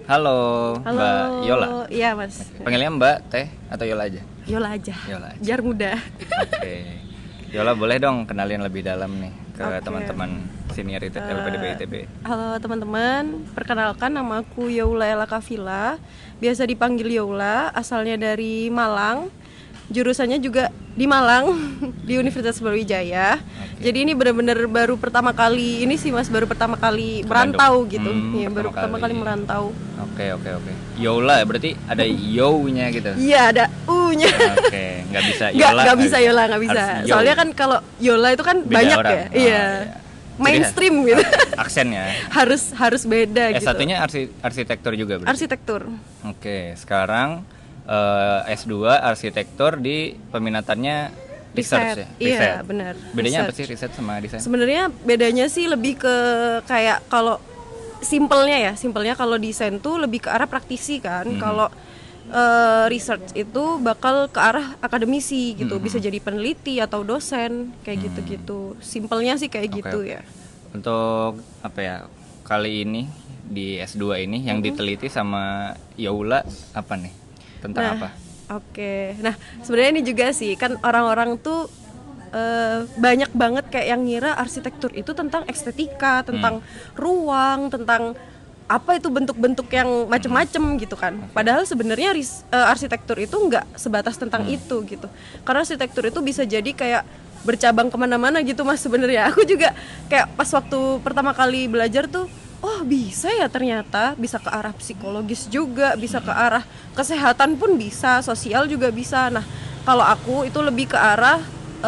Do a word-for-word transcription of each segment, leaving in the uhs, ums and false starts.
Halo, Halo. Mbak Yola. Iya, Mas. Panggilnya Mbak, Teh, atau Yola aja? Yola aja. Yola aja. Biar mudah. Oke. Yola, boleh dong kenalin lebih dalam nih ke Oke. teman-teman senior I T L P D B I T B. Halo teman-teman, perkenalkan nama aku Yola Ella Kafila. Biasa dipanggil Yola, asalnya dari Malang. Jurusannya juga di Malang, di Universitas Brawijaya. Oke. Jadi ini benar-benar baru pertama kali, ini sih Mas, baru pertama kali Ke merantau Bandung. gitu. Hmm, Iya, baru pertama pertama kali kali. merantau. Oke, oke, oke. Yola berarti ada yo-nya gitu. Iya, ada U-nya. Oke, nggak bisa Nggak, Yola. nggak bisa Yola, nggak bisa. Harus yo. Soalnya kan kalau Yola itu kan Beda banyak orang. ya. Oh, iya. iya. Mainstream Jadi, gitu. aksennya. harus harus beda S gitu. satunya arsi- arsitektur juga berarti. Arsitektur. Oke, sekarang eh, S dua arsitektur di peminatannya research ya? Iya, benar. Bedanya apa Research. sih riset sama desain? Sebenarnya bedanya sih lebih ke kayak kalau simpelnya ya, simpelnya kalau desain tuh lebih ke arah praktisi kan. Mhm. Kalau eh, research itu bakal ke arah akademisi gitu, Mhm. bisa jadi peneliti atau dosen kayak gitu-gitu. Simpelnya sih kayak Oke, gitu oke. ya. Untuk apa ya? Kali ini di S dua ini yang diteliti sama Yola apa nih? Tentang Nah, apa? Oke, nah sebenarnya ini juga sih kan orang-orang tuh eh, banyak banget kayak yang ngira arsitektur itu tentang estetika, tentang ruang, tentang apa itu bentuk-bentuk yang macem-macem gitu kan. Padahal sebenarnya ris- eh, arsitektur itu nggak sebatas tentang itu gitu. Karena arsitektur itu bisa jadi kayak bercabang kemana-mana gitu Mas sebenarnya. Aku juga kayak pas waktu pertama kali belajar tuh, oh bisa ya ternyata, bisa ke arah psikologis juga, bisa ke arah kesehatan pun bisa, sosial juga bisa. Nah kalau aku itu lebih ke arah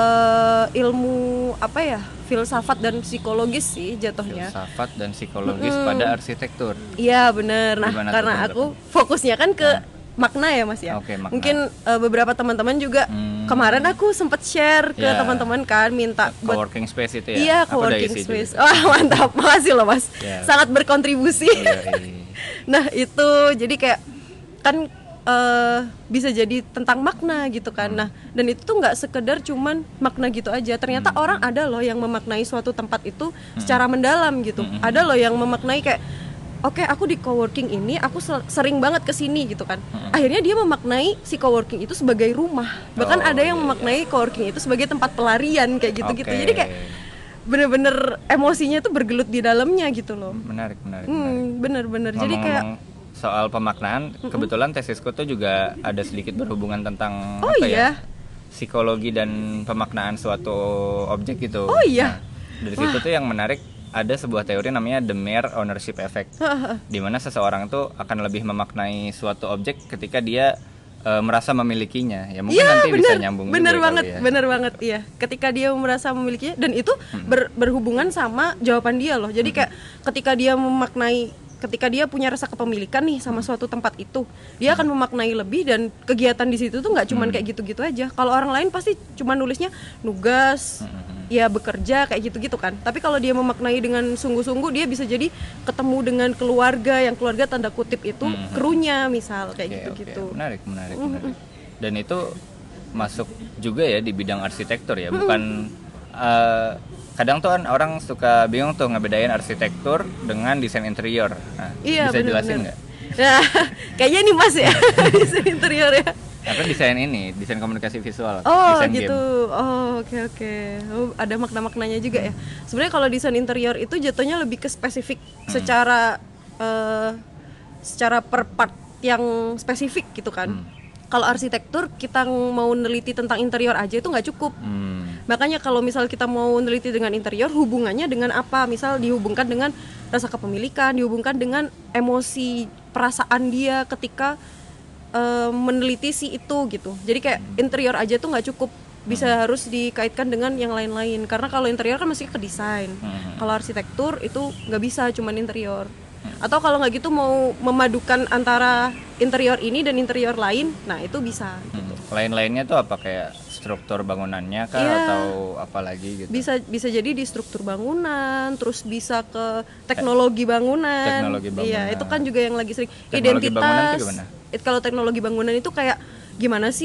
eh, ilmu apa ya, filsafat dan psikologis sih jatuhnya. Filsafat dan psikologis pada arsitektur. Iya bener, nah Gimana tuh karena bener? aku fokusnya kan ke makna ya Mas ya. Oke, makna. Mungkin eh, beberapa teman-teman juga Hmm. kemarin aku sempet share ke Ya. teman-teman kan, minta buat Co-working space itu ya? iya Aku udah co-working isi space. juga. Wah mantap, makasih loh Mas, Ya. sangat berkontribusi. Oh, iya, iya. Nah itu jadi kayak kan eh, bisa jadi tentang makna gitu kan. Nah dan itu tuh nggak sekedar cuman makna gitu aja. Ternyata orang ada loh yang memaknai suatu tempat itu secara mendalam gitu. Ada loh yang memaknai kayak oke aku di coworking ini aku sel- sering banget kesini gitu kan. Akhirnya dia memaknai si coworking itu sebagai rumah. Bahkan Oh, ada yang iya, memaknai coworking itu sebagai tempat pelarian kayak gitu-gitu. Oke. Jadi kayak bener-bener emosinya tuh bergelut di dalamnya gitu loh. Menarik, menarik, menarik. Hmm, bener-bener. Jadi kayak Ngomong-ngomong soal pemaknaan, kebetulan tesisku tuh juga ada sedikit berhubungan tentang Oh apa iya? ya? Psikologi dan pemaknaan suatu objek gitu. Oh iya? Nah, dari situ tuh yang menarik ada sebuah teori namanya the mere ownership effect. Di mana seseorang tuh akan lebih memaknai suatu objek ketika dia eh, merasa memilikinya. Ya mungkin Iya nanti bener, bisa nyambung bener juga banget, kali ya. bener banget iya. Ketika dia merasa memilikinya dan itu ber- berhubungan sama jawaban dia loh. Jadi kayak ketika dia memaknai, ketika dia punya rasa kepemilikan nih sama suatu tempat itu, dia akan memaknai lebih dan kegiatan di situ tuh nggak cuman kayak gitu-gitu aja. Kalau orang lain pasti cuma nulisnya nugas, ya bekerja kayak gitu-gitu kan. Tapi kalau dia memaknai dengan sungguh-sungguh, dia bisa jadi ketemu dengan keluarga yang keluarga tanda kutip itu krunya misal kayak Oke, gitu-gitu. oke. Menarik, menarik, menarik. Dan itu masuk juga ya di bidang arsitektur ya, bukan eh, kadang tuh kan orang suka bingung tuh ngebedain arsitektur dengan desain interior. Nah, Iya, bisa bener-bener. jelasin nggak? Nah, kayaknya nih Mas ya, desain interior ya. Apa desain ini, desain komunikasi visual, Oh desain gitu. game. Oh oke oke. Oh, ada makna-maknanya juga ya. Sebenarnya kalau desain interior itu jatuhnya lebih ke spesifik secara eh, secara per part yang spesifik gitu kan. Kalau arsitektur kita mau neliti tentang interior aja itu nggak cukup. Hmm. Makanya kalau misal kita mau neliti dengan interior, hubungannya dengan apa? Misal dihubungkan dengan rasa kepemilikan, dihubungkan dengan emosi, perasaan dia ketika eh, meneliti si itu gitu. Jadi kayak interior aja tuh nggak cukup, bisa harus dikaitkan dengan yang lain-lain. Karena kalau interior kan masih ke desain. Kalau arsitektur itu nggak bisa, cuman interior. Atau kalau nggak gitu mau memadukan antara interior ini dan interior lain, nah itu bisa. Hmm. Lain-lainnya tuh apa kayak struktur bangunannya kah Iya. atau apa lagi gitu? Bisa bisa jadi di struktur bangunan, terus bisa ke teknologi bangunan. Teknologi bangunan. Iya, itu kan juga yang lagi sering Teknologi bangunan itu identitas. gimana? It- kalau teknologi bangunan itu kayak gimana sih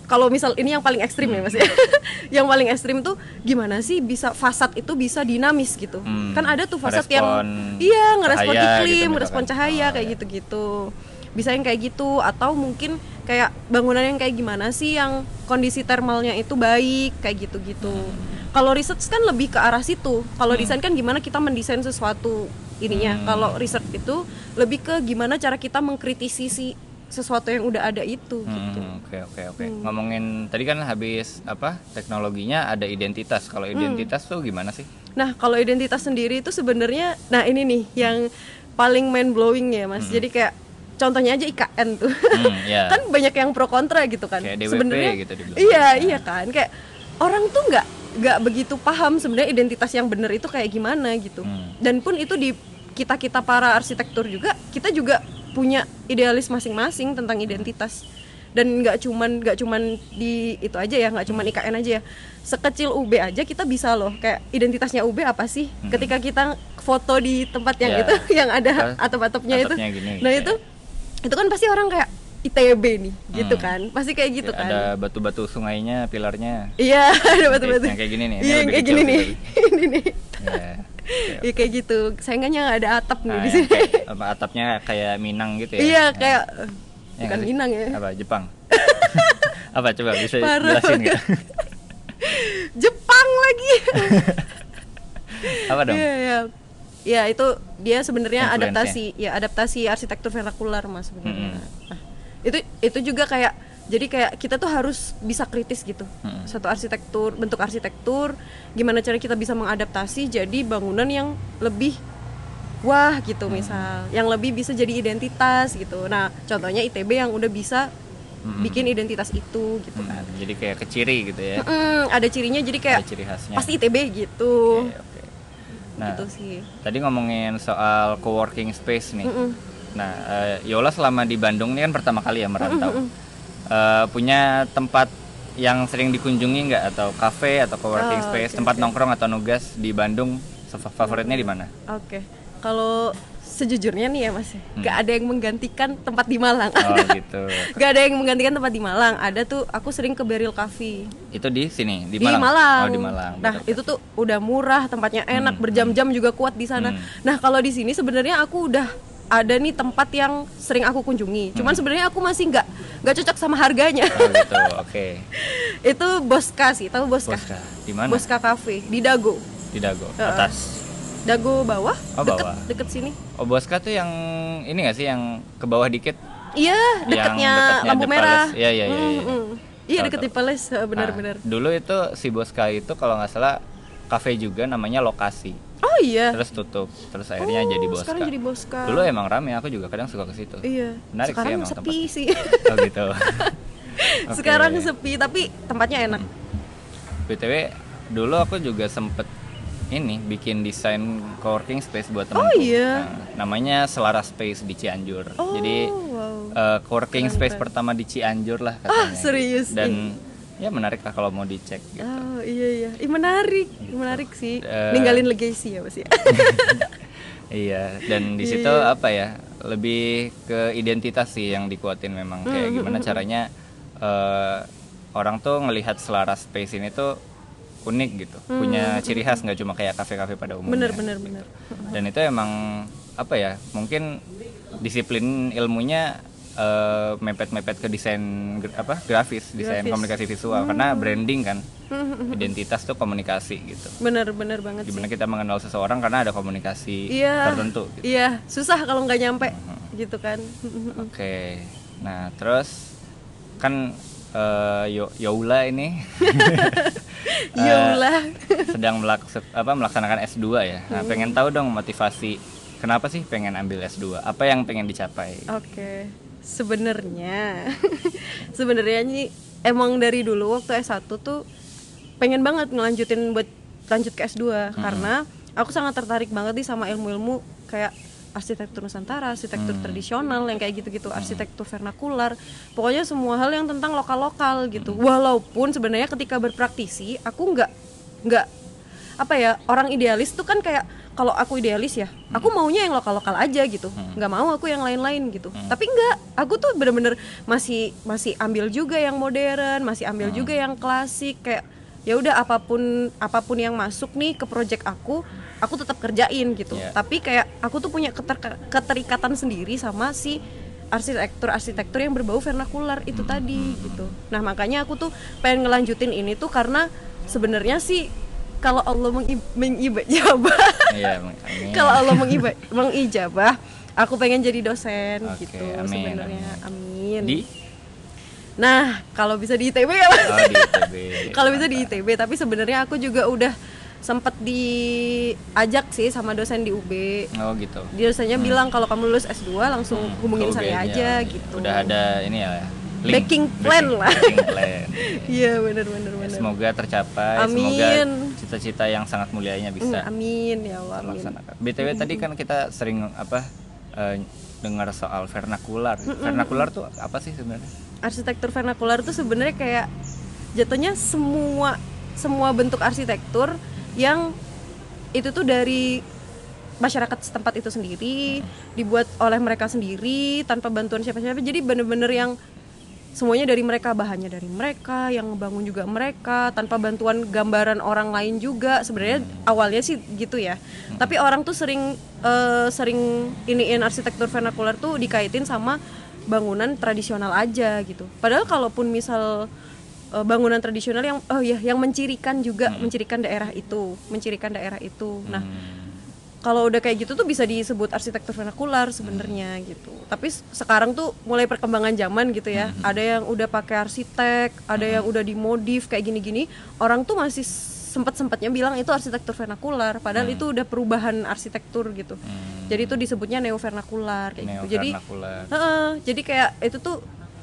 kalau misal ini yang paling ekstrim ya Mas ya. Yang paling ekstrim tuh gimana sih bisa fasad itu bisa dinamis gitu. Hmm. Kan ada tuh fasad yang iya ngerespon iklim, gitu, ngerespon cahaya oh, kayak ya. gitu-gitu. Bisa yang kayak gitu atau mungkin kayak bangunan yang kayak gimana sih yang kondisi thermalnya itu baik kayak gitu-gitu. Hmm. Kalau research kan lebih ke arah situ. Kalau hmm. desain kan gimana kita mendesain sesuatu ininya. Hmm. Kalau research itu lebih ke gimana cara kita mengkritisi si sesuatu yang udah ada itu gitu. Oke oke oke. Ngomongin tadi kan habis apa teknologinya ada identitas. Kalau identitas hmm. tuh gimana sih? Nah kalau identitas sendiri itu sebenarnya, nah ini nih yang paling mind blowing ya Mas. Hmm. Jadi kayak contohnya aja I K N tuh, hmm, yeah. kan banyak yang pro kontra gitu kan. Kayak D W P sebenarnya, gitu dibilang. Iya nah. iya kan. Kayak orang tuh nggak nggak begitu paham sebenarnya identitas yang benar itu kayak gimana gitu. Hmm. Dan pun itu di kita kita para arsitektur juga kita juga punya idealis masing-masing tentang identitas dan nggak cuman nggak cuman di itu aja ya nggak cuman I K N aja ya sekecil U B aja kita bisa loh kayak identitasnya U B apa sih hmm. ketika kita foto di tempat yang ya. itu yang ada atap-atapnya itu gini, nah kayak. itu itu kan pasti orang kayak I T B nih gitu hmm. kan pasti kayak gitu ya, kan ada batu-batu sungainya pilarnya iya ada batu-batu yang kayak gini nih iya kayak gini nih ini nih ya. Iya kayak gitu. Sayangnya nggak ada atap nih nah, di sini. Kayak, apa atapnya kayak Minang gitu ya? Iya kayak ya, bukan Minang ya. Apa Jepang? Apa coba bisa Parah. jelasin nggak? Jepang lagi. Apa dong? Iya ya. Ya itu dia sebenarnya adaptasi ya adaptasi arsitektur vernakular Mas sebenarnya. Mm-hmm. Nah, itu itu juga kayak jadi kayak kita tuh harus bisa kritis gitu. Hmm. Satu arsitektur, bentuk arsitektur, gimana cara kita bisa mengadaptasi jadi bangunan yang lebih wah gitu hmm. misal, yang lebih bisa jadi identitas gitu. Nah, contohnya I T B yang udah bisa hmm. bikin identitas itu gitu kan. Hmm. Jadi kayak keciri gitu ya. Hmm, ada cirinya jadi kayak ada ciri khasnya. Pasti I T B gitu. Okay, okay. Nah, gitu sih. Tadi ngomongin soal co-working space nih. Mm-mm. Nah, uh, Yola selama di Bandung ini kan pertama kali ya merantau. Mm-mm. Uh, punya tempat yang sering dikunjungi nggak atau kafe atau coworking oh, space okay, tempat okay. nongkrong atau nugas di Bandung favoritnya di mana? Oke, okay. Kalau sejujurnya nih ya Mas, hmm. nggak ada yang menggantikan tempat di Malang. Oh gitu. Nggak ada yang menggantikan tempat di Malang. Ada tuh aku sering ke Beril Cafe. Itu di sini di Malang. Di Malang. Oh di Malang. Nah betul. Itu tuh udah murah, tempatnya enak, hmm. berjam-jam juga kuat di sana. Hmm. Nah kalau di sini sebenarnya aku udah ada nih tempat yang sering aku kunjungi. Cuman hmm. sebenarnya aku masih nggak nggak cocok sama harganya. Oh gitu, oke. Okay. Itu Bosca sih, tahu Bosca? Bosca. Di mana? Bosca Cafe di Dago. Di Dago. Uh, atas. Dago bawah. Oh deket, bawah. Deket sini. Oh Bosca tuh yang ini nggak sih yang ke bawah dikit? Iya, deketnya, deketnya lampu merah. Iya iya iya. Mm, mm. Iya deket di Palace, benar-benar. Nah, dulu itu si Bosca itu kalau nggak salah kafe juga namanya Lokasi. Oh iya. Terus tutup, terus akhirnya oh, jadi Bosca. Sekarang jadi Bosca. Dulu emang rame, aku juga kadang suka ke situ. Iya. Menarik sekarang sih emang sepi tempatnya. sih. Oh gitu. Okay. Sekarang sepi, tapi tempatnya enak. Hmm. B T W, dulu aku juga sempet ini bikin desain coworking space buat temanku. Oh iya. Nah, namanya Selara Space di Cianjur. Oh, jadi wow. uh, coworking keren, space keren. Pertama di Cianjur lah katanya. Ah serius. Dan ya menarik lah kalau mau dicek gitu. Oh iya iya, Ih, menarik, gitu. menarik sih. Uh, Ninggalin legacy ya Mas ya. Iya, dan di situ yeah. apa ya? Lebih ke identitas sih yang dikuatin memang kayak mm-hmm. gimana caranya uh, orang tuh ngelihat Selara Space ini tuh unik gitu, mm-hmm. punya ciri khas nggak cuma kayak kafe-kafe pada umumnya. Bener bener gitu. bener. Dan itu emang apa ya? Mungkin disiplin ilmunya Uh, mepet-mepet ke desain apa grafis, desain grafis. Komunikasi visual hmm. karena branding kan, identitas tuh komunikasi gitu. Bener-bener banget. Gimana sih. kita mengenal seseorang karena ada komunikasi iya, tertentu. Gitu. Iya, susah kalau nggak nyampe, uh-huh. gitu kan. Oke, okay. Nah terus kan uh, Yo- Youla ini Youla uh, sedang melaks- apa, melaksanakan S dua ya. Nah hmm. pengen tahu dong motivasi kenapa sih pengen ambil S dua? Apa yang pengen dicapai? Oke. Okay. Sebenarnya sebenarnya ini emang dari dulu waktu S satu tuh pengen banget ngelanjutin buat lanjut ke S dua hmm. karena aku sangat tertarik banget nih sama ilmu-ilmu kayak arsitektur Nusantara, arsitektur hmm. tradisional yang kayak gitu-gitu, hmm. arsitektur vernakular. Pokoknya semua hal yang tentang lokal-lokal gitu. Hmm. Walaupun sebenarnya ketika berpraktisi aku nggak nggak apa ya, orang idealis tuh kan kayak kalau aku idealis ya, hmm. aku maunya yang lokal-lokal aja gitu, hmm. nggak mau aku yang lain-lain gitu. Hmm. Tapi enggak, aku tuh bener-bener masih masih ambil juga yang modern, masih ambil hmm. juga yang klasik. Kayak ya udah apapun apapun yang masuk nih ke project aku, aku tetap kerjain gitu. Yeah. Tapi kayak aku tuh punya keter- keterikatan sendiri sama si arsitektur-arsitektur yang berbau vernakular itu hmm. tadi gitu. Nah makanya aku tuh pengen ngelanjutin ini tuh karena sebenarnya sih kalau Allah mengijabah, iya, kalau Allah mengijabah, mengijabah, aku pengen jadi dosen okay, gitu sebenarnya, amin. Di? Nah, kalau bisa di I T B ya, oh, di I T B. Kalau bisa di I T B, tapi sebenarnya aku juga udah sempat diajak sih sama dosen di U B. Oh gitu. Dia dosennya hmm. bilang kalau kamu lulus S dua langsung hmm, hubungin saya aja gitu. Udah ada ini ya. Link, backing plan backing, lah. Backing plan. Iya benar-benar. Ya, semoga tercapai. Amin. Semoga cita-cita yang sangat mulianya bisa. Mm, amin ya Allah. Amin. B T W mm-hmm. tadi kan kita sering apa uh, dengar soal vernakular. Mm-hmm. Vernakular tuh apa sih sebenarnya? Arsitektur vernakular tuh sebenarnya kayak jatuhnya semua semua bentuk arsitektur yang itu tuh dari masyarakat setempat itu sendiri, mm-hmm. dibuat oleh mereka sendiri tanpa bantuan siapa-siapa. Jadi bener-bener yang semuanya dari mereka, bahannya dari mereka, yang ngebangun juga mereka, tanpa bantuan gambaran orang lain juga. Sebenarnya awalnya sih gitu ya. Hmm. Tapi orang tuh sering uh, sering iniin arsitektur vernakular tuh dikaitin sama bangunan tradisional aja gitu. Padahal kalaupun misal uh, bangunan tradisional yang oh ya yang mencirikan juga, hmm. mencirikan daerah itu, mencirikan daerah itu. Nah, hmm. kalau udah kayak gitu tuh bisa disebut arsitektur vernakular sebenarnya gitu. Tapi sekarang tuh mulai perkembangan zaman gitu ya. Mm-hmm. Ada yang udah pakai arsitek, ada mm-hmm. yang udah dimodif kayak gini-gini. Orang tuh masih sempet-sempetnya bilang itu arsitektur vernakular, padahal mm-hmm. itu udah perubahan arsitektur gitu. Mm-hmm. Jadi itu disebutnya neo vernakular kayak gitu. Jadi uh, jadi kayak itu tuh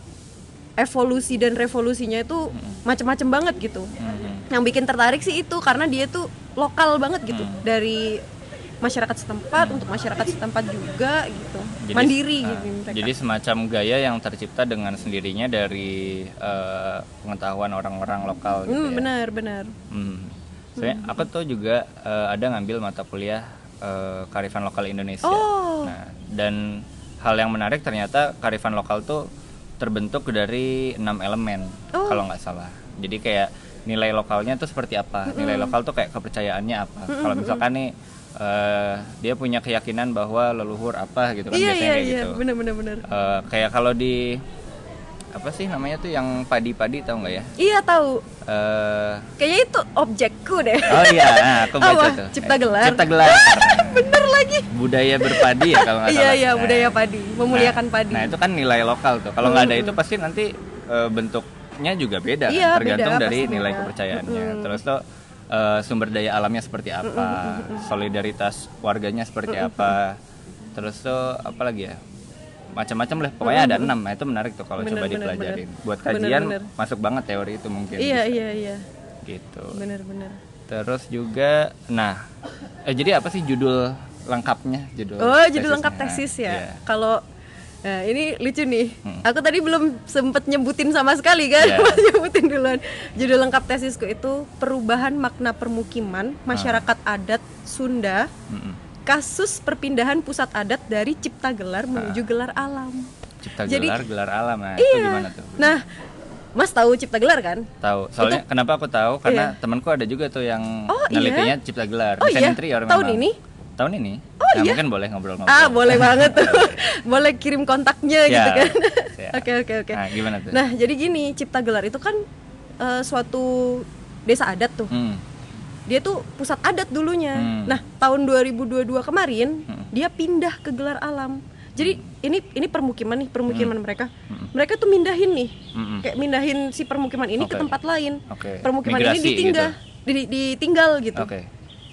evolusi dan revolusinya itu mm-hmm. macam-macam banget gitu. Mm-hmm. Yang bikin tertarik sih itu karena dia tuh lokal banget gitu. Mm-hmm. Dari masyarakat setempat hmm. untuk masyarakat setempat juga gitu, jadi, mandiri uh, gitu mereka. Jadi semacam gaya yang tercipta dengan sendirinya dari uh, pengetahuan orang-orang lokal gitu hmm, ya. Benar, benar. Hmm. Saya hmm. aku tuh juga uh, ada ngambil mata kuliah uh, kearifan lokal Indonesia. Oh. Nah, dan hal yang menarik ternyata kearifan lokal tuh terbentuk dari enam elemen oh. kalau nggak salah. Jadi kayak nilai lokalnya tuh seperti apa? Hmm. Nilai lokal tuh kayak kepercayaannya apa? Hmm. Kalau misalkan nih Uh, dia punya keyakinan bahwa leluhur apa gitu kan iya, biasanya iya, kayak iya, gitu. Bener bener. Uh, kayak kalau di apa sih namanya tuh yang padi-padi tahu nggak ya? Iya tahu. Uh, Kayaknya itu objekku deh. Oh iya, nah, aku baca oh, tuh. Cipta gelar. Cipta gelar. Bener lagi. Budaya berpadi ya kalau nggak salah. Iya iya nah, budaya padi, memuliakan nah, padi. Nah itu kan nilai lokal tuh. Kalau nggak hmm. ada itu pasti nanti uh, bentuknya juga beda iya, kan, tergantung beda, dari nilai beda. kepercayaannya. Hmm. Terus tuh Uh, sumber daya alamnya seperti apa, solidaritas warganya seperti apa, terus tuh apa lagi ya, macam-macam lah, pokoknya ada enam. Nah itu menarik tuh kalau coba dipelajarin. Bener. Buat kajian bener, bener. Masuk banget teori itu mungkin. Iya bisa. iya iya. Gitu. Bener-bener. Terus juga, nah, eh jadi apa sih judul lengkapnya? Judul. Oh tesisnya. judul lengkap tesis ya. Yeah. Kalau Nah ini lucu nih, hmm. aku tadi belum sempet nyebutin sama sekali kan, yeah. nyebutin duluan. Judul lengkap tesisku itu Perubahan Makna Permukiman Masyarakat hmm. Adat Sunda, hmm. Kasus Perpindahan Pusat Adat dari Cipta Gelar menuju Gelar Alam. Cipta Jadi, Gelar, Gelar Alam, nah iya. itu gimana tuh? Nah, Mas tahu Cipta Gelar kan? Tahu, soalnya itu, kenapa aku tahu, karena iya. temanku ada juga tuh yang oh, nelitinya iya? Cipta Gelar, oh, desain iya? interior Tahun memang. ini? Tahun ini? Oh nah, iya? Mungkin boleh ngobrol-ngobrol. Ah boleh banget tuh, boleh kirim kontaknya ya, gitu kan. Oke oke oke. Nah gimana tuh? Nah jadi gini, Cipta Gelar itu kan uh, suatu desa adat tuh. Hmm. Dia tuh pusat adat dulunya. Hmm. Nah tahun dua ribu dua puluh dua kemarin hmm. dia pindah ke Gelar Alam. Jadi ini ini permukiman nih, permukiman hmm. mereka. Hmm. Mereka tuh mindahin nih, hmm. kayak mindahin si permukiman ini okay. ke tempat lain. Okay. Permukiman Migrasi ini ditinggal, gitu. di, ditinggal gitu. Okay.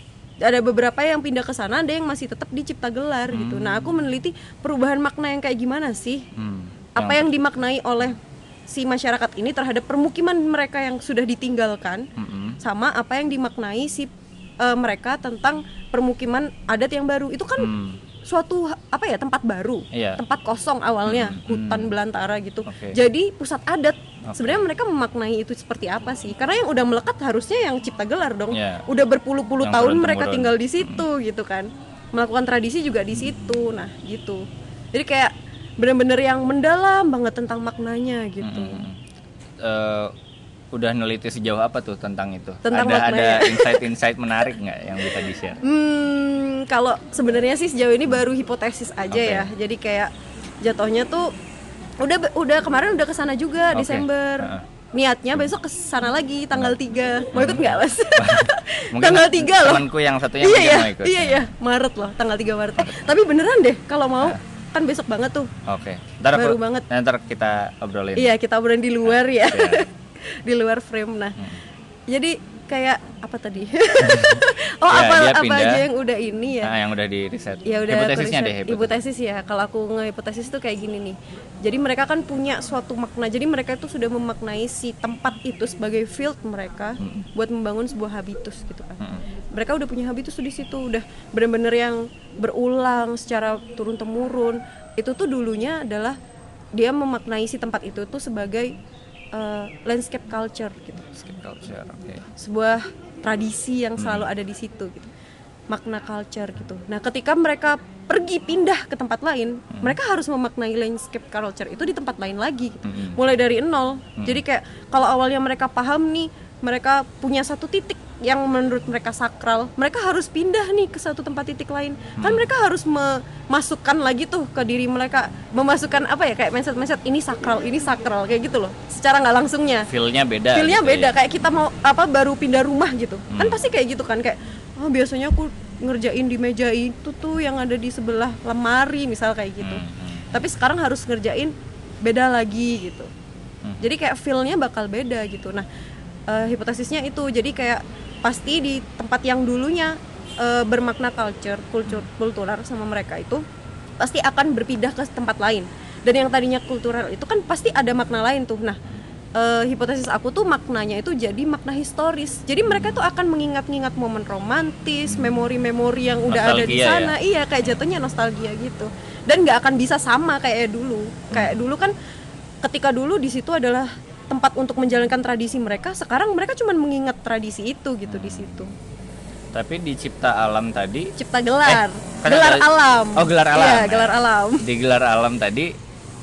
Ada beberapa yang pindah ke sana, ada yang masih tetap di Cipta Gelar hmm. gitu. Nah, aku meneliti perubahan makna yang kayak gimana sih? Hmm. Apa yang, yang dimaknai oleh si masyarakat ini terhadap permukiman mereka yang sudah ditinggalkan, hmm. sama apa yang dimaknai si uh, mereka tentang permukiman adat yang baru. Itu kan hmm. suatu apa ya tempat baru, Iya. tempat kosong awalnya, Hmm, hutan hmm. belantara gitu. Oke. Jadi pusat adat. Oke. Sebenarnya mereka memaknai itu seperti apa sih? Karena yang udah melekat harusnya yang cipta gelar dong. Iya. Udah berpuluh-puluh Yang tahun mereka turun-temurun. tinggal di situ gitu kan. Melakukan tradisi juga di situ. Nah, gitu. Jadi kayak bener-bener yang mendalam banget tentang maknanya gitu. Mm-mm. Eh, udah neliti sejauh apa tuh tentang itu? Tentang ada ada maknanya. insight-insight menarik nggak yang bisa di-share? Hmm, kalau sebenarnya sih sejauh ini baru hipotesis aja Oke. ya. Jadi kayak jatuhnya tuh udah udah kemarin udah kesana juga Oke. Desember. Heeh. Niatnya besok kesana lagi tanggal tiga. Mau ikut nggak, Mas? Mungkin tanggal tiga loh. temanku yang satunya Iya mungkin ya, mau ikut. iya ya, Maret loh, tanggal tiga Maret. Tapi beneran deh kalau mau kan besok banget tuh. Oke. Ntar aku- Baru banget. Ntar kita obrolin. Iya, kita obrolan di luar ya. Siap. Di luar frame. Nah. Jadi kayak apa tadi? oh, Ya, apa dia apa pindah. aja yang udah ini ya? Nah, yang udah di riset. Ya udah Hipotesisnya aku deh. riset. hipotesis. Hipotesis ya. Kalau aku ngehipotesis tuh kayak gini nih. Jadi mereka kan punya suatu makna. Jadi mereka itu sudah memaknai si tempat itu sebagai field mereka buat membangun sebuah habitus gitu kan. Mm-mm. Mereka udah punya habitus tuh di situ, udah benar-benar yang berulang secara turun temurun. Itu tuh dulunya adalah dia memaknai si tempat itu tuh sebagai uh, landscape culture gitu. Skip culture. Oke. Sebuah tradisi yang selalu ada di situ gitu, makna culture gitu. Nah, ketika mereka pergi pindah ke tempat lain, Hmm. mereka harus memaknai landscape culture itu di tempat lain lagi gitu. Hmm. Mulai dari nol. Jadi kayak kalau awalnya mereka paham nih, mereka punya satu titik yang menurut mereka sakral, mereka harus pindah nih ke satu tempat titik lain. Kan mereka harus memasukkan lagi tuh ke diri mereka, memasukkan apa ya, kayak mindset-mindset ini sakral, ini sakral kayak gitu loh. Secara nggak langsungnya. Feel-nya beda. Feel-nya gitu beda, ya. kayak kita mau apa baru pindah rumah gitu. Kan Hmm. pasti kayak gitu kan, kayak oh biasanya aku ngerjain di meja itu tuh yang ada di sebelah lemari misal kayak gitu. Hmm, hmm. Tapi sekarang harus ngerjain beda lagi gitu. Hmm. Jadi kayak feel-nya bakal beda gitu. Nah, eh, hipotesisnya itu jadi kayak pasti di tempat yang dulunya eh, bermakna culture, kultur, kultural sama mereka itu pasti akan berpindah ke tempat lain. Dan yang tadinya kultural itu kan pasti ada makna lain tuh. Nah, eh, hipotesis aku tuh maknanya itu jadi makna historis. Jadi mereka tuh akan mengingat-ingat momen romantis, memori-memori yang udah ada di Nostalgia sana. Iya, kayak jatuhnya nostalgia gitu. Dan nggak akan bisa sama kayak dulu. Kayak dulu kan ketika dulu di situ adalah tempat untuk menjalankan tradisi mereka, sekarang mereka cuma mengingat tradisi itu gitu di situ. Tapi di cipta alam tadi, Cipta gelar, Eh, kan gelar ada- alam. Oh, gelar alam. Iya, gelar alam. di gelar alam tadi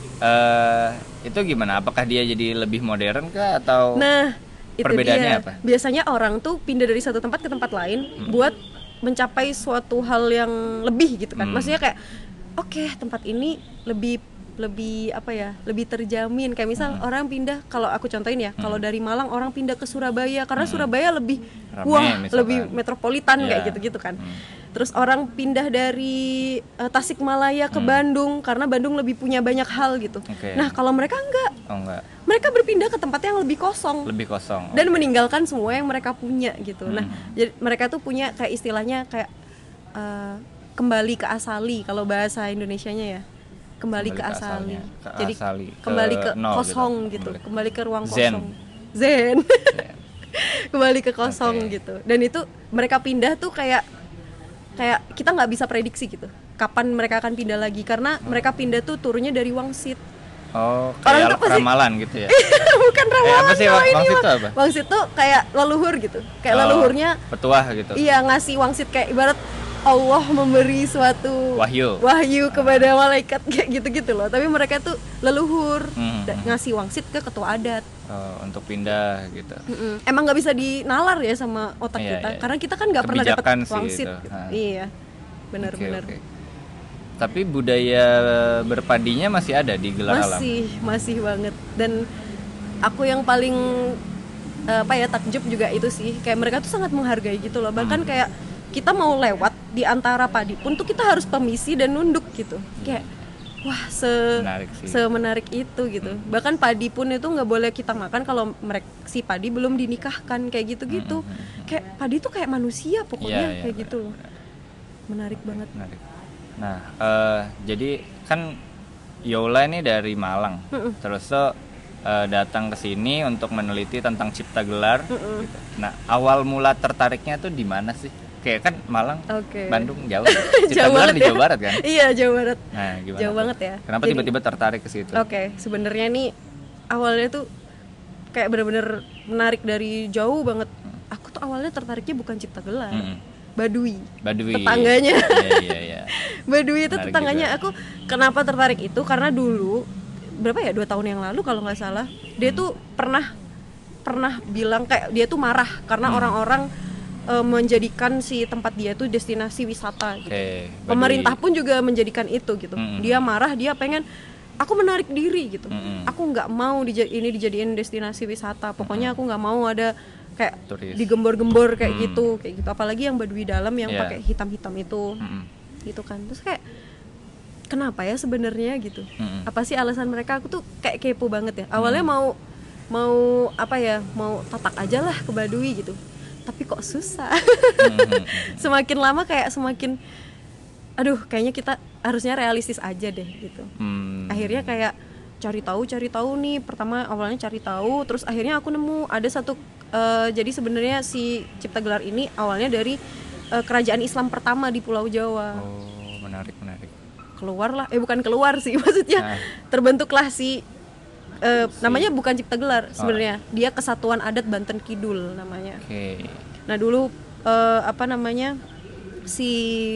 eh itu gimana? Apakah dia jadi lebih modern kah atau Nah, itu perbedaannya dia. apa? Biasanya orang tuh pindah dari satu tempat ke tempat lain buat mencapai suatu hal yang lebih gitu kan. Hmm. Maksudnya kayak oke, tempat ini lebih lebih apa ya? Lebih terjamin. Kayak misal orang pindah, kalau aku contohin ya, kalau dari Malang orang pindah ke Surabaya karena Surabaya lebih Rame, wah, misalkan. lebih metropolitan Iya. kayak gitu-gitu kan. Terus orang pindah dari eh, Tasikmalaya ke Bandung karena Bandung lebih punya banyak hal gitu. Oke. Nah, kalau mereka enggak, Oh enggak, mereka berpindah ke tempat yang lebih kosong lebih kosong. dan meninggalkan semua yang mereka punya gitu. Nah, Hmm. jadi mereka tuh punya kayak istilahnya kayak eh, kembali ke asali kalau bahasa Indonesianya ya. Kembali, Kembali ke ke asali. asalnya, ke Jadi asali, ke kembali ke nol kosong gitu. gitu, Kembali- kembali ke ruang Zen. kosong. Zen. Ya. Kembali ke kosong Oke. gitu. Dan itu mereka pindah tuh kayak kayak kita nggak bisa prediksi gitu. Kapan mereka akan pindah lagi karena mereka pindah tuh turunnya dari Wangsit. Oh, Orang tuh kayak pasti- ramalan gitu ya. Bukan Eh, ramalan. apa sih kalau Wang- ini Wangsit mah. tuh apa? Wangsit tuh kayak leluhur gitu. Kayak Oh, leluhurnya petuah gitu. iya ngasih wangsit kayak ibarat Allah memberi suatu Wahyu. wahyu kepada malaikat kayak gitu-gitu loh. Tapi mereka tuh leluhur Hmm, da- hmm. ngasih wangsit ke ketua adat. Oh, untuk pindah gitu. Mm-mm. Emang nggak bisa dinalar ya sama otak Iya, kita iya. karena kita kan nggak pernah dapat Kebijakan sih wangsit. itu. Gitu. Ah. Iya, benar-benar. Oke, oke. Tapi budaya berpadinya masih ada di gelar alam. Masih, masih banget. Dan aku yang paling eh, apa ya takjub juga itu sih, kayak mereka tuh sangat menghargai gitu loh. Bahkan Hmm. kayak kita mau lewat di antara padi pun tuh kita harus permisi dan nunduk gitu. Kayak wah se Menarik sih. semenarik itu gitu. Bahkan padi pun itu nggak boleh kita makan kalau mereka si padi belum dinikahkan kayak gitu-gitu. Kayak padi tuh kayak manusia pokoknya Iya, iya, kayak benar, gitu loh. Menarik banget. Menarik. Nah, eh, jadi kan Yola ini dari Malang, terus tuh eh, datang ke sini untuk meneliti tentang cipta gelar. Gitu. Nah, awal mula tertariknya tuh di mana sih? Oke, kan Malang, Oke. Bandung jauh. Cipta Jauh Gelar banget di ya. Jawa Barat kan? Iya, Jawa Barat. Nah, gimana? Jauh tuh? banget ya. Kenapa Jadi- tiba-tiba tertarik ke situ? Oke, sebenarnya nih awalnya tuh kayak bener-bener menarik dari jauh banget. Aku tuh awalnya tertariknya bukan Cipta Gelar, Mm-mm. Baduy. Baduy. Tetangganya. Iya, iya, iya. Baduy itu Menarik tetangganya. juga. Aku kenapa tertarik itu karena dulu berapa ya dua tahun yang lalu kalau nggak salah dia Hmm. tuh pernah pernah bilang kayak dia tuh marah karena Hmm. orang-orang eh, menjadikan si tempat dia tuh destinasi wisata gitu. Oke, Baduy. Pemerintah pun juga menjadikan itu gitu. Mm-mm. Dia marah, dia pengen aku menarik diri gitu. Mm-mm. Aku nggak mau dija- ini dijadiin destinasi wisata. Pokoknya aku nggak mau ada kayak Turis. digembor-gembor kayak Mm. gitu, kayak gitu. Apalagi yang Baduy dalam yang Yeah. pakai hitam-hitam itu, Mm-mm. gitu kan. Terus kayak kenapa ya sebenarnya gitu? Mm-mm. Apa sih alasan mereka? Aku tuh kayak kepo banget ya. Awalnya mau mau apa ya? Mau tatak aja lah ke Baduy gitu. Tapi kok susah. Mm-mm. Semakin lama kayak semakin aduh, kayaknya kita harusnya realistis aja deh gitu. Hmm. Akhirnya kayak cari tahu cari tahu nih. Pertama awalnya cari tahu, terus akhirnya aku nemu ada satu eh, jadi sebenarnya si Cipta Gelar ini awalnya dari eh, kerajaan Islam pertama di Pulau Jawa. Oh, menarik, menarik. Keluarlah eh bukan keluar sih maksudnya Nah. terbentuklah si eh, namanya bukan Cipta Gelar sebenarnya, dia Kesatuan Adat Banten Kidul namanya. Oke. Nah dulu eh, apa namanya si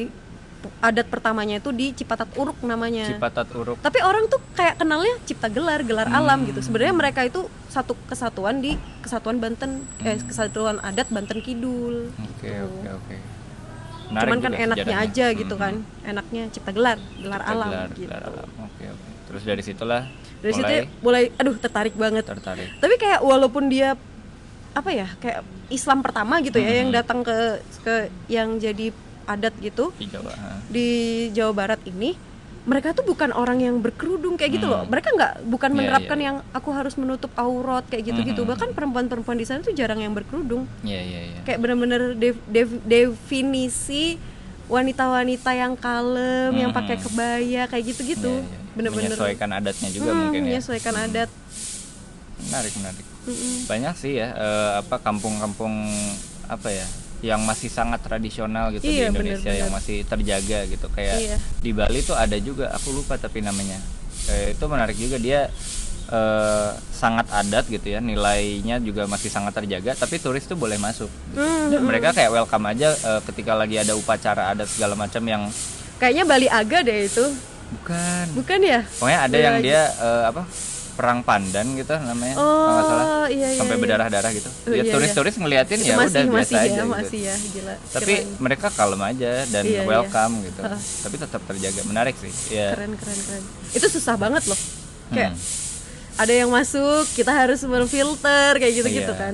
adat pertamanya itu di Cipatat Uruk namanya. Cipatat Uruk. Tapi orang tuh kayak kenalnya Cipta Gelar, gelar Hmm. alam gitu. Sebenarnya mereka itu satu kesatuan di Kesatuan Banten, eh Kesatuan Adat Banten Kidul. Oke, Tuh. oke, oke. Cuman kan juga enaknya sejarahnya. aja gitu Mm-mm. kan, enaknya Cipta Gelar, gelar Cipta alam Gelar, gitu. gelar alam. Oke, oke. Terus dari situlah Dari situ mulai ya, mulai aduh tertarik banget. tertarik. Tapi kayak walaupun dia apa ya, kayak Islam pertama gitu ya Mm-mm. yang datang ke ke yang jadi adat gitu Di Jawa. ha. di Jawa Barat ini, mereka tuh bukan orang yang berkerudung kayak gitu Hmm. loh. Mereka nggak bukan Iya, menerapkan iya. yang aku harus menutup aurat kayak gitu-gitu. Hmm. Bahkan perempuan-perempuan di sana tuh jarang yang berkerudung. Iya, iya, iya. Kayak bener-bener dev- dev- definisi wanita-wanita yang kalem, yang Hmm. pakai kebaya kayak gitu-gitu. Iya, iya. Bener-bener Menyesuaikan adatnya juga Hmm, mungkin ya. menyesuaikan adat. Menarik, menarik. Mm-mm. Banyak sih ya eh, apa kampung-kampung apa ya yang masih sangat tradisional gitu Iya, di Indonesia, bener-bener. yang masih terjaga gitu, kayak Iya. di Bali tuh ada juga, aku lupa tapi namanya. Eh, itu menarik juga, dia eh, sangat adat gitu ya, nilainya juga masih sangat terjaga, tapi turis tuh boleh masuk gitu. Hmm, Dan mereka kayak welcome aja eh, ketika lagi ada upacara adat segala macam yang Kayaknya Bali Aga deh itu. bukan Bukan ya? pokoknya ada Beda yang lagi. dia eh, apa perang pandan gitu namanya, Oh, kalau nggak salah, iya, iya, sampai iya. berdarah-darah gitu. Oh, Ya iya, turis-turis ngeliatin Itu ya masih udah biasa masih aja ya, gitu. masih ya, gila. Tapi Keren. mereka kalem aja dan Iya, iya. welcome gitu. Heeh. Tapi tetap terjaga, menarik sih. Ya. Keren keren keren. Itu susah banget loh. Kayak Hmm. ada yang masuk, kita harus memfilter kayak gitu-gitu Iya. kan.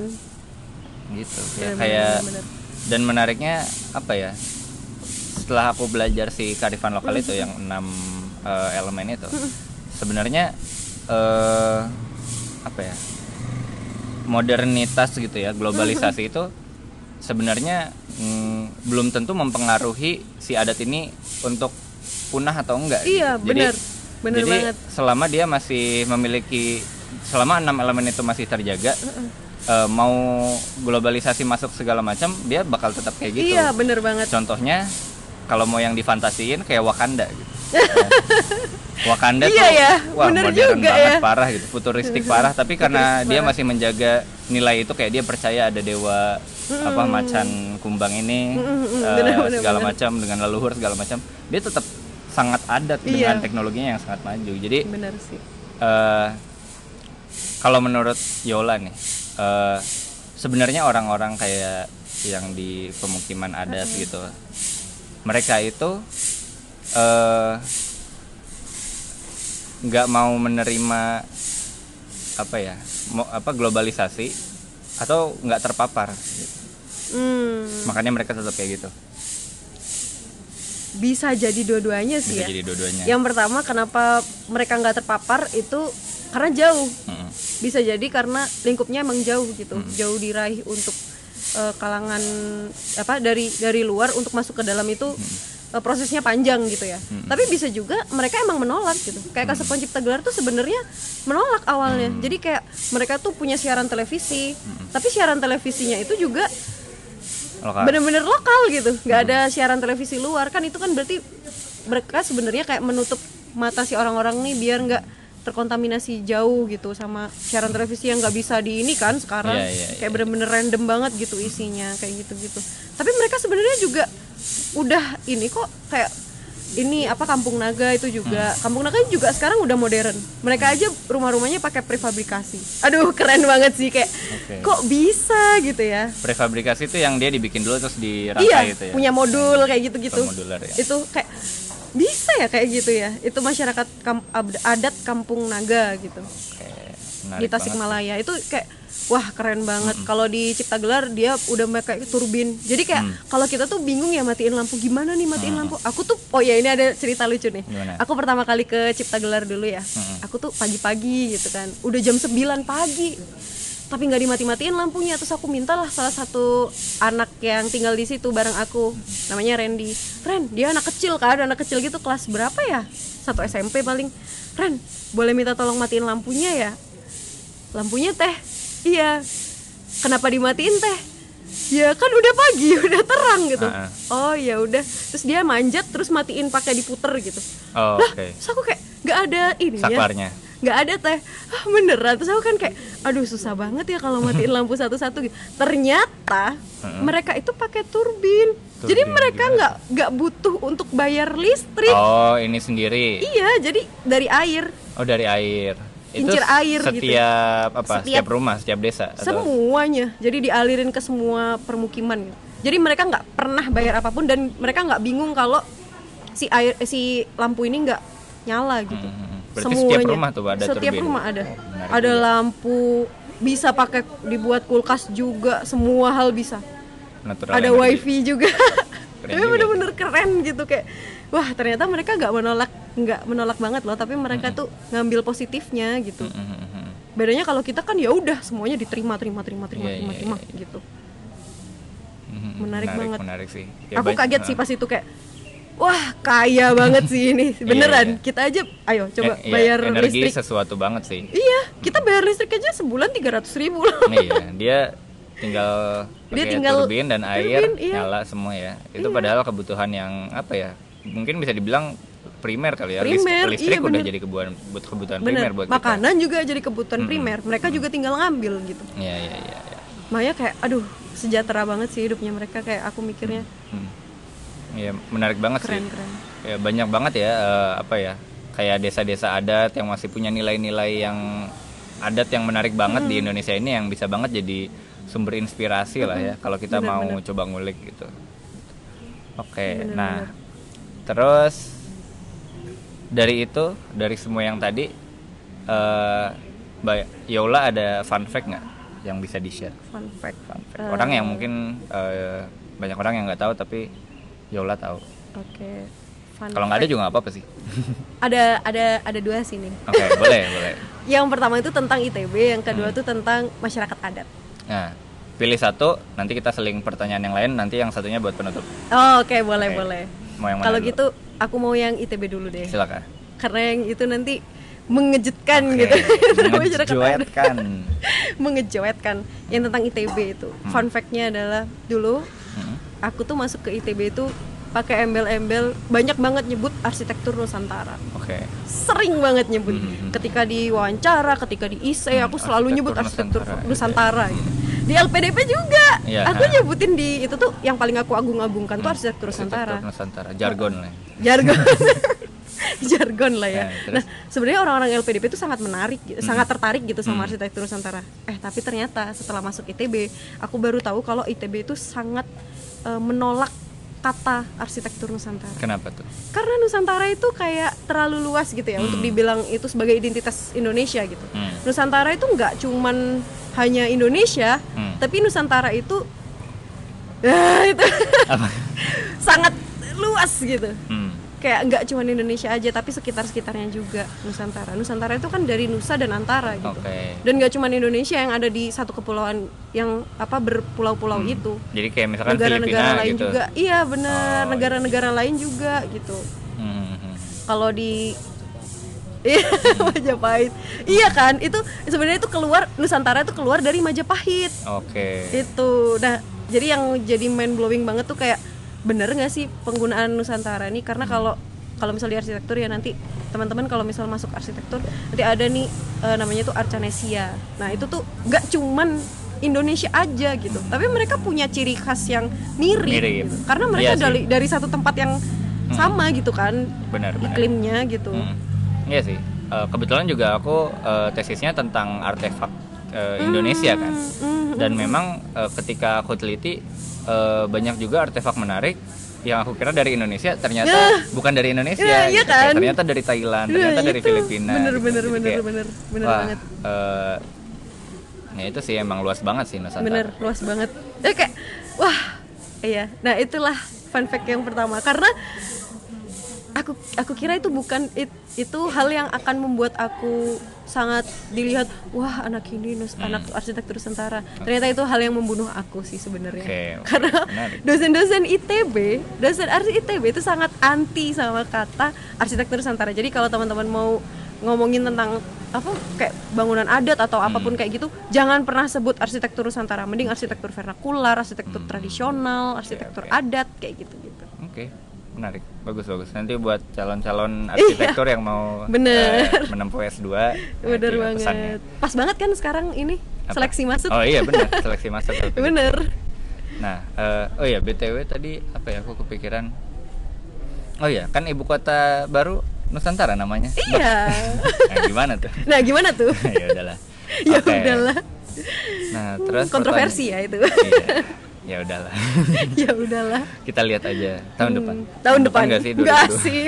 Gitu. Ya, Bener, kayak bener, bener. dan menariknya apa ya? Setelah aku belajar si kearifan lokal itu yang enam eh, elemen itu, sebenarnya eh, apa ya? Modernitas gitu ya, globalisasi itu sebenarnya mm, belum tentu mempengaruhi si adat ini untuk punah atau enggak. Iya, gitu. benar. Jadi, Bener jadi banget. selama dia masih memiliki, selama enam elemen itu masih terjaga, eh, mau globalisasi masuk segala macam, dia bakal tetap kayak gitu. Iya, bener banget. Contohnya kalau mau yang difantasiin kayak Wakanda gitu. Wakanda Iya tuh ya, wah bener modern juga banget, ya. parah gitu, futuristik parah, tapi karena Futuristik dia parah. masih menjaga nilai itu, kayak dia percaya ada dewa apa macan kumbang ini, Mm-mm, eh, bener, bener, segala bener. macam dengan leluhur segala macam, dia tetap sangat adat Iya. dengan teknologinya yang sangat maju. Jadi Bener sih. eh, kalau menurut Yola nih, eh, sebenarnya orang-orang kayak yang di pemukiman adat gitu, mereka itu eh, nggak mau menerima apa ya, mau apa globalisasi atau nggak terpapar, gitu. Hmm, Makanya mereka tetap kayak gitu. bisa jadi dua-duanya sih Bisa ya. jadi dua-duanya. Yang pertama kenapa mereka nggak terpapar itu karena jauh. Mm-mm. Bisa jadi karena lingkupnya emang jauh gitu, jauh diraih untuk eh, kalangan apa dari dari luar untuk masuk ke dalam itu eh, prosesnya panjang gitu ya. Tapi bisa juga mereka emang menolak gitu. Kayak Kesatuan Cipta Gelar tuh sebenarnya menolak awalnya. Jadi kayak mereka tuh punya siaran televisi, tapi siaran televisinya itu juga Lokal. bener-bener lokal gitu, nggak ada siaran televisi luar. Kan itu kan berarti mereka sebenarnya kayak menutup mata si orang-orang nih biar nggak terkontaminasi jauh gitu sama siaran televisi yang nggak bisa di ini kan sekarang. Iya, iya, kayak iya. bener-bener random banget gitu isinya kayak gitu-gitu. Tapi mereka sebenarnya juga udah ini kok kayak ini apa Kampung Naga itu juga. Hmm. Kampung Naga juga sekarang udah modern. Mereka aja rumah-rumahnya pakai prefabrikasi. Aduh, keren banget sih kayak okay. Kok bisa gitu ya? Prefabrikasi itu yang dia dibikin dulu terus dirangkai iya, itu ya. Punya modul kayak gitu-gitu. Modular, ya. Itu kayak bisa ya kayak gitu ya. Itu masyarakat kam, adat Kampung Naga gitu. Okay. Di Tasikmalaya itu kayak wah keren banget. Mm-hmm. Kalau di Ciptagelar dia udah pakai turbin. Jadi kayak mm. kalau kita tuh bingung ya matiin lampu gimana nih matiin mm. lampu. Aku tuh oh ya ini ada cerita lucu nih. Gimana? Aku pertama kali ke Ciptagelar dulu ya. Mm. Aku tuh pagi-pagi gitu kan. Udah jam sembilan pagi. Tapi nggak dimati-matiin lampunya. Terus aku mintalah salah satu anak yang tinggal di situ bareng aku. Namanya Randy. Ren, dia anak kecil kan, anak kecil gitu kelas berapa ya? Satu S M P paling. Ren, boleh minta tolong matiin lampunya ya? Lampunya teh. Iya. Kenapa dimatiin teh? Ya kan udah pagi, udah terang gitu. Uh-uh. Oh ya udah. Terus dia manjat terus matiin pakai diputer gitu. Oh, lah, okay. Terus aku kayak nggak ada ini ya. Saklarnya. Nggak ada teh. Ah, beneran. Terus aku kan kayak aduh susah banget ya kalau matiin lampu satu-satu gitu. Ternyata uh-uh. mereka itu pakai turbin. turbin. Jadi mereka nggak nggak butuh untuk bayar listrik. Oh, ini sendiri. Iya, jadi dari air. Oh, dari air. Kincir itu air setiap gitu. apa setiap, setiap rumah setiap desa atau? Semuanya jadi dialirin ke semua permukiman gitu. Jadi mereka nggak pernah bayar apapun dan mereka nggak bingung kalau si air eh, si lampu ini nggak nyala gitu. Hmm, berarti semuanya setiap rumah tuh ada setiap turbin. rumah ada oh, ada juga. Lampu bisa pakai dibuat kulkas juga, semua hal bisa. Natural ada energy. wifi juga. Tapi juga. bener-bener keren gitu kayak wah ternyata mereka nggak menolak nggak menolak banget loh, tapi mereka mm-hmm. tuh ngambil positifnya gitu. Mm-hmm. Bedanya kalau kita kan ya udah semuanya diterima terima terima terima yeah, terima yeah, terima yeah, yeah. gitu. Mm-hmm. Menarik, menarik banget. Menarik sih. Ya, aku banyak, kaget uh. sih pas itu kayak wah kaya banget sih ini beneran. yeah, yeah. Kita aja ayo coba eh, bayar iya, energi listrik. Sesuatu banget sih. Iya kita bayar listrik aja sebulan tiga ratus ribu loh. Iya dia tinggal dia pakai tinggal turbin dan air turbin, iya. nyala semua ya. Itu iya. padahal kebutuhan yang apa ya? Mungkin bisa dibilang primer kali ya. Primer, listrik iya, udah bener. jadi kebutuhan kebutuhan bener. primer buat makanan kita. juga jadi kebutuhan mm-hmm. primer. Mereka juga tinggal ngambil gitu. Iya iya iya. Ya. Makanya kayak aduh sejahtera banget sih hidupnya mereka kayak aku mikirnya. Iya hmm. menarik banget keren, sih. Keren. Ya banyak banget ya uh, apa ya kayak desa-desa adat yang masih punya nilai-nilai yang adat yang menarik banget hmm. di Indonesia ini yang bisa banget jadi sumber inspirasi hmm. lah ya kalau kita bener, mau bener. coba ngulik gitu. Oke, bener, nah bener. Terus dari itu dari semua yang tadi uh, Yola ada fun fact nggak yang bisa di share? Fun fact. Fun fact. Uh, orang yang mungkin uh, banyak orang yang nggak tahu tapi Yola tahu. Oke. Okay. Kalau nggak ada juga nggak apa-apa sih. ada ada ada dua sih nih. Oke, okay, boleh boleh. Yang pertama itu tentang I T B, yang kedua hmm. tuh tentang masyarakat adat. Nah, pilih satu, nanti kita seling pertanyaan yang lain, nanti yang satunya buat penutup. Oh, oke, okay, boleh okay. boleh. Mau yang mana? Kalau gitu, aku mau yang I T B dulu deh. Silakan. Karena yang itu nanti mengejutkan okay. gitu. Mengejutkan. Mengejutkan. Yang tentang I T B itu. Hmm. Fun fact-nya adalah dulu hmm. aku tuh masuk ke I T B itu pakai embel-embel banyak banget nyebut arsitektur Nusantara. Oke. Okay. Sering banget nyebut. Mm-hmm. Ketika di wawancara, ketika di essay, aku selalu nyebut arsitektur Nusantara, Nusantara gitu. Di L P D P juga. Ya, aku nah. nyebutin di itu tuh yang paling aku agung-agungkan hmm. tuh arsitektur Nusantara. Arsitektur Nusantara, jargon lah. Jargon. Jargon lah ya. Nah, nah, sebenarnya orang-orang L P D P itu sangat menarik, gitu, hmm. sangat tertarik gitu sama hmm. arsitektur Nusantara. Eh, tapi ternyata setelah masuk I T B, aku baru tahu kalau I T B itu sangat uh, menolak kata arsitektur Nusantara. Kenapa tuh? Karena Nusantara itu kayak terlalu luas gitu ya hmm. untuk dibilang itu sebagai identitas Indonesia gitu. Hmm. Nusantara itu nggak cuman hanya Indonesia, hmm. tapi Nusantara itu, ya, itu sangat luas gitu. Hmm. Kayak nggak cuma Indonesia aja, tapi sekitar-sekitarnya juga Nusantara. Nusantara itu kan dari Nusa dan Antara gitu. Okay. Dan nggak cuma Indonesia yang ada di satu kepulauan yang apa berpulau-pulau hmm. itu. Jadi kayak misalkan negara-negara Filipina lain gitu. juga, iya benar. Oh, negara-negara iya. lain juga gitu. Hmm. Kalau di Majapahit, iya kan? Itu sebenarnya itu keluar Nusantara itu keluar dari Majapahit. Oke. Okay. Itu, nah jadi yang jadi mind blowing banget tuh kayak bener nggak sih penggunaan Nusantara nih, karena kalau kalau misal di arsitektur ya nanti teman-teman kalau misal masuk arsitektur nanti ada nih uh, namanya tuh Arcanesia. Nah itu tuh nggak cuman Indonesia aja gitu, tapi mereka punya ciri khas yang mirip, Mirip. Gitu. Karena mereka Iya dari dari satu tempat yang Hmm. sama gitu kan, Benar, benar. iklimnya gitu. Hmm. Iya sih. Uh, kebetulan juga aku uh, tesisnya tentang artefak uh, Indonesia kan. Hmm, Dan memang uh, ketika aku teliti uh, banyak juga artefak menarik yang aku kira dari Indonesia ternyata Nah. bukan dari Indonesia. Iya, iya gitu. kan? Ternyata dari Thailand, ternyata Nah, dari itu. Filipina. Bener gitu. bener Jadi bener kayak, bener bener wah, banget. uh, ya itu sih emang luas banget sih Nusantara. Bener luas banget. Ya kayak wah iya. Nah itulah fun fact yang pertama, karena aku aku kira itu bukan it, itu hal yang akan membuat aku sangat dilihat, wah anak ini nus, Hmm. anak arsitektur Nusantara. Ternyata itu hal yang membunuh aku sih sebenarnya. Oke, oke. Karena Menarik. dosen-dosen I T B, dosen arsi I T B itu sangat anti sama kata arsitektur Nusantara. Jadi kalau teman-teman mau ngomongin tentang apa kayak bangunan adat atau apapun Hmm. kayak gitu, jangan pernah sebut arsitektur Nusantara. Mending arsitektur vernakular, arsitektur Hmm. tradisional, arsitektur oke. adat kayak gitu-gitu. Oke, menarik, bagus bagus. Nanti buat calon-calon arsitektur yang mau Bener. eh, menempuh S dua, nah, Bener itu ya banget. pesannya. Pas banget kan sekarang ini Apa? seleksi masuk. Oh iya benar, seleksi masuk. L P D P. Bener. Nah, eh, oh iya B T W tadi apa ya? Aku kepikiran. Oh iya, kan ibu kota baru Nusantara namanya. Iya. Nah, gimana tuh? Nah gimana tuh? Ya udahlah. Ya Oke. udahlah. Nah, terus Kontroversi ya itu. pertanyaan- Iya. Ya udahlah. Ya udahlah. Kita lihat aja tahun Hmm, depan. Tahun depan nggak sih? Nggak dua ribu dua puluh? sih.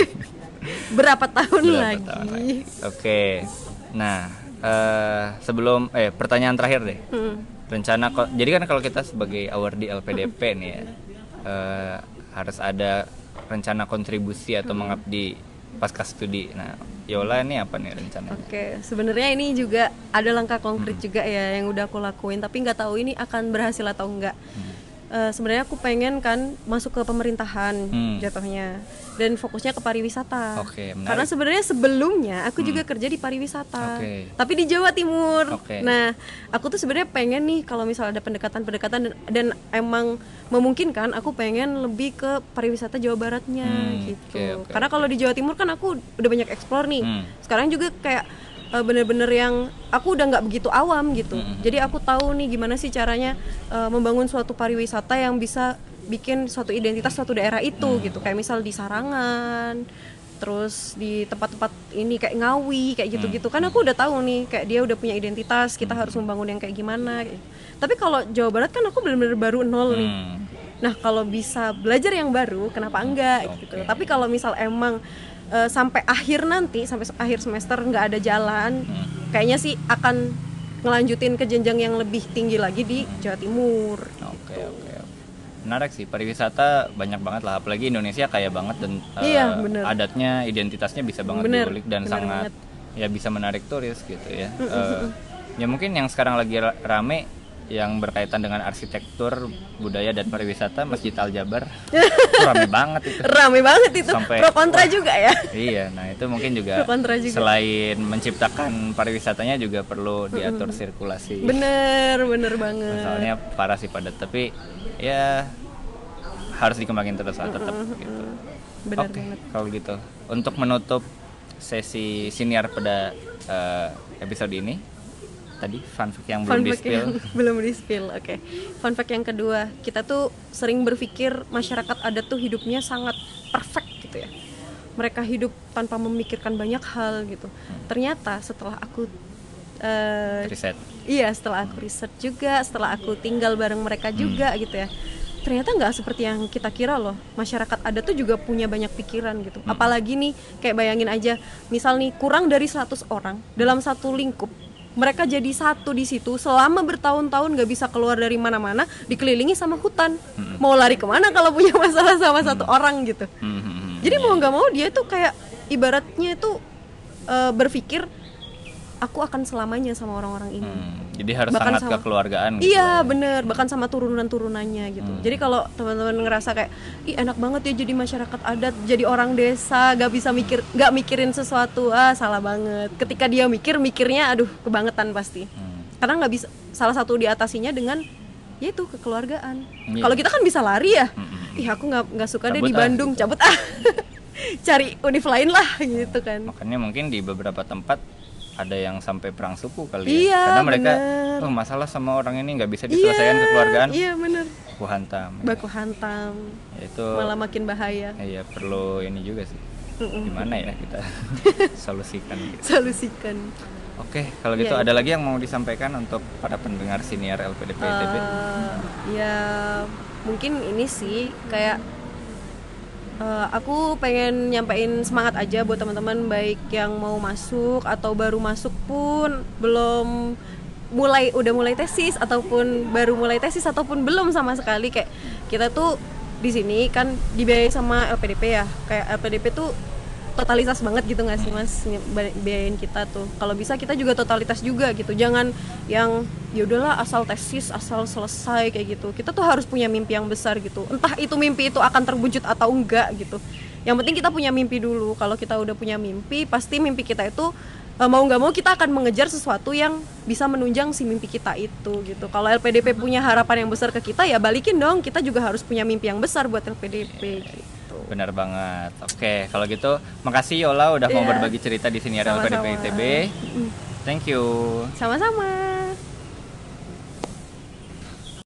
Berapa tahun Berapa lagi? tahun lagi? Oke. Nah, eh, sebelum eh pertanyaan terakhir deh. Hmm. Rencana kok. Jadi kan kalau kita sebagai awardee L P D P nih ya, eh, harus ada rencana kontribusi atau Hmm. mengabdi pasca studi. Nah, Yola ini apa nih rencananya? Oke, sebenarnya ini juga ada langkah konkret Hmm. juga ya yang udah aku lakuin, tapi nggak tahu ini akan berhasil atau enggak. Hmm. Eh, sebenarnya aku pengen kan masuk ke pemerintahan Hmm. jatuhnya, dan fokusnya ke pariwisata. Oke, menarik. Karena sebenarnya sebelumnya aku Hmm. juga kerja di pariwisata, Oke. tapi di Jawa Timur. Oke. Nah, aku tuh sebenarnya pengen nih kalau misalnya ada pendekatan-pendekatan dan, dan emang memungkinkan, aku pengen lebih ke pariwisata Jawa Baratnya Hmm, gitu. oke, oke, Karena oke. kalau di Jawa Timur kan aku udah banyak explore nih. Hmm. Sekarang juga kayak uh, bener-bener yang aku udah nggak begitu awam gitu. Mm-hmm. Jadi aku tahu nih gimana sih caranya uh, membangun suatu pariwisata yang bisa bikin suatu identitas suatu daerah itu Hmm. gitu. Kayak misal di Sarangan, terus di tempat-tempat ini kayak Ngawi kayak gitu-gitu. Kan aku udah tahu nih kayak dia udah punya identitas, kita harus membangun yang kayak gimana. Kayak. Tapi kalau Jawa Barat kan aku bener-bener baru nol nih. Hmm. Nah kalau bisa belajar yang baru, kenapa enggak gitu. Oke. Tapi kalau misal emang uh, sampai akhir nanti, sampai se- akhir semester nggak ada jalan, Hmm. kayaknya sih akan ngelanjutin ke jenjang yang lebih tinggi lagi di Jawa Timur. Oke oke oke. Menarik sih, pariwisata banyak banget lah, apalagi Indonesia kaya banget dan Iya, eh, bener. adatnya, identitasnya bisa banget Bener, diulik dan bener sangat banget. ya bisa menarik turis gitu ya. Eh, ya mungkin yang sekarang lagi ra- rame yang berkaitan dengan arsitektur, budaya dan pariwisata, Masjid Al Jabar itu rame banget itu. Rame banget itu, Sampai- pro kontra wah. juga ya. Iya, nah itu mungkin juga, Pro kontra juga. selain menciptakan pariwisatanya juga perlu diatur sirkulasi. Bener, bener banget. Soalnya parah sih padat, tapi ya harus dikembangin terus lah tetap gitu. Bener Oke, banget. kalau gitu untuk menutup sesi siniar pada eh, episode ini, tadi fun fact yang belum Fun di fact yang spill. belum di spill, oke. Fun fact yang kedua, kita tuh sering berpikir masyarakat adat tuh hidupnya sangat perfect gitu ya. Mereka hidup tanpa memikirkan banyak hal gitu. Ternyata setelah aku eh, Riset. iya setelah aku riset juga, setelah aku tinggal bareng mereka juga gitu ya, ternyata nggak seperti yang kita kira loh. Masyarakat adat tuh juga punya banyak pikiran gitu. Apalagi nih kayak bayangin aja, misal nih kurang dari seratus orang dalam satu lingkup, mereka jadi satu di situ selama bertahun-tahun nggak bisa keluar dari mana-mana, dikelilingi sama hutan. Mau lari kemana kalau punya masalah sama satu orang gitu. Hmm, hmm, hmm. Jadi mau nggak mau dia tuh kayak ibaratnya itu eh, berpikir aku akan selamanya sama orang-orang ini. Hmm, jadi harus Bahkan sangat sama- kekeluargaan gitu. Iya lah ya. bener, bahkan sama turunan-turunannya gitu. Hmm. Jadi kalau teman-teman ngerasa kayak, ih enak banget ya jadi masyarakat adat, jadi orang desa, gak bisa mikir, gak mikirin sesuatu, ah salah banget. Ketika dia mikir, mikirnya aduh kebangetan pasti. Hmm. Karena nggak bisa, salah satu diatasinya dengan ya itu kekeluargaan. Iya. Kalau kita kan bisa lari ya, Mm-mm. ih aku nggak nggak suka deh Cabut di ah, Bandung, gitu. cabut ah, cari univ lain lah gitu kan. Makanya mungkin di beberapa tempat ada yang sampai perang suku kali ya. Iya, Karena mereka bener. oh masalah sama orang ini nggak bisa diselesaikan Iya, kekeluargaan. Iya bener. Baku hantam. Baku hantam, Ya, itu malah makin bahaya. iya perlu ini juga sih. Mm-mm. Gimana ya kita solusikan gitu. Solusikan. Oke, kalau gitu Iya, ada lagi yang mau disampaikan untuk para pendengar siniar L P D P I T B? Eh, ya mungkin ini sih kayak eh, aku pengen nyampein semangat aja buat teman-teman, baik yang mau masuk atau baru masuk pun, belum mulai udah mulai tesis ataupun baru mulai tesis ataupun belum sama sekali. Kayak kita tuh di sini kan dibiayai sama L P D P ya, kayak L P D P tuh totalitas banget gitu nggak sih mas, biayain kita tuh. Kalau bisa kita juga totalitas juga gitu, jangan yang ya udahlah asal tesis asal selesai kayak gitu. Kita tuh harus punya mimpi yang besar gitu, entah itu mimpi itu akan terwujud atau enggak gitu. Yang penting kita punya mimpi dulu. Kalau kita udah punya mimpi, pasti mimpi kita itu eh, mau nggak mau kita akan mengejar sesuatu yang bisa menunjang si mimpi kita itu gitu. Kalau L P D P punya harapan yang besar ke kita, ya balikin dong, kita juga harus punya mimpi yang besar buat L P D P gitu. Benar banget. Oke, kalau gitu makasih Yola udah mau Iya. berbagi cerita di siniar L P D P I T B. Sama-sama. Thank you. Sama-sama.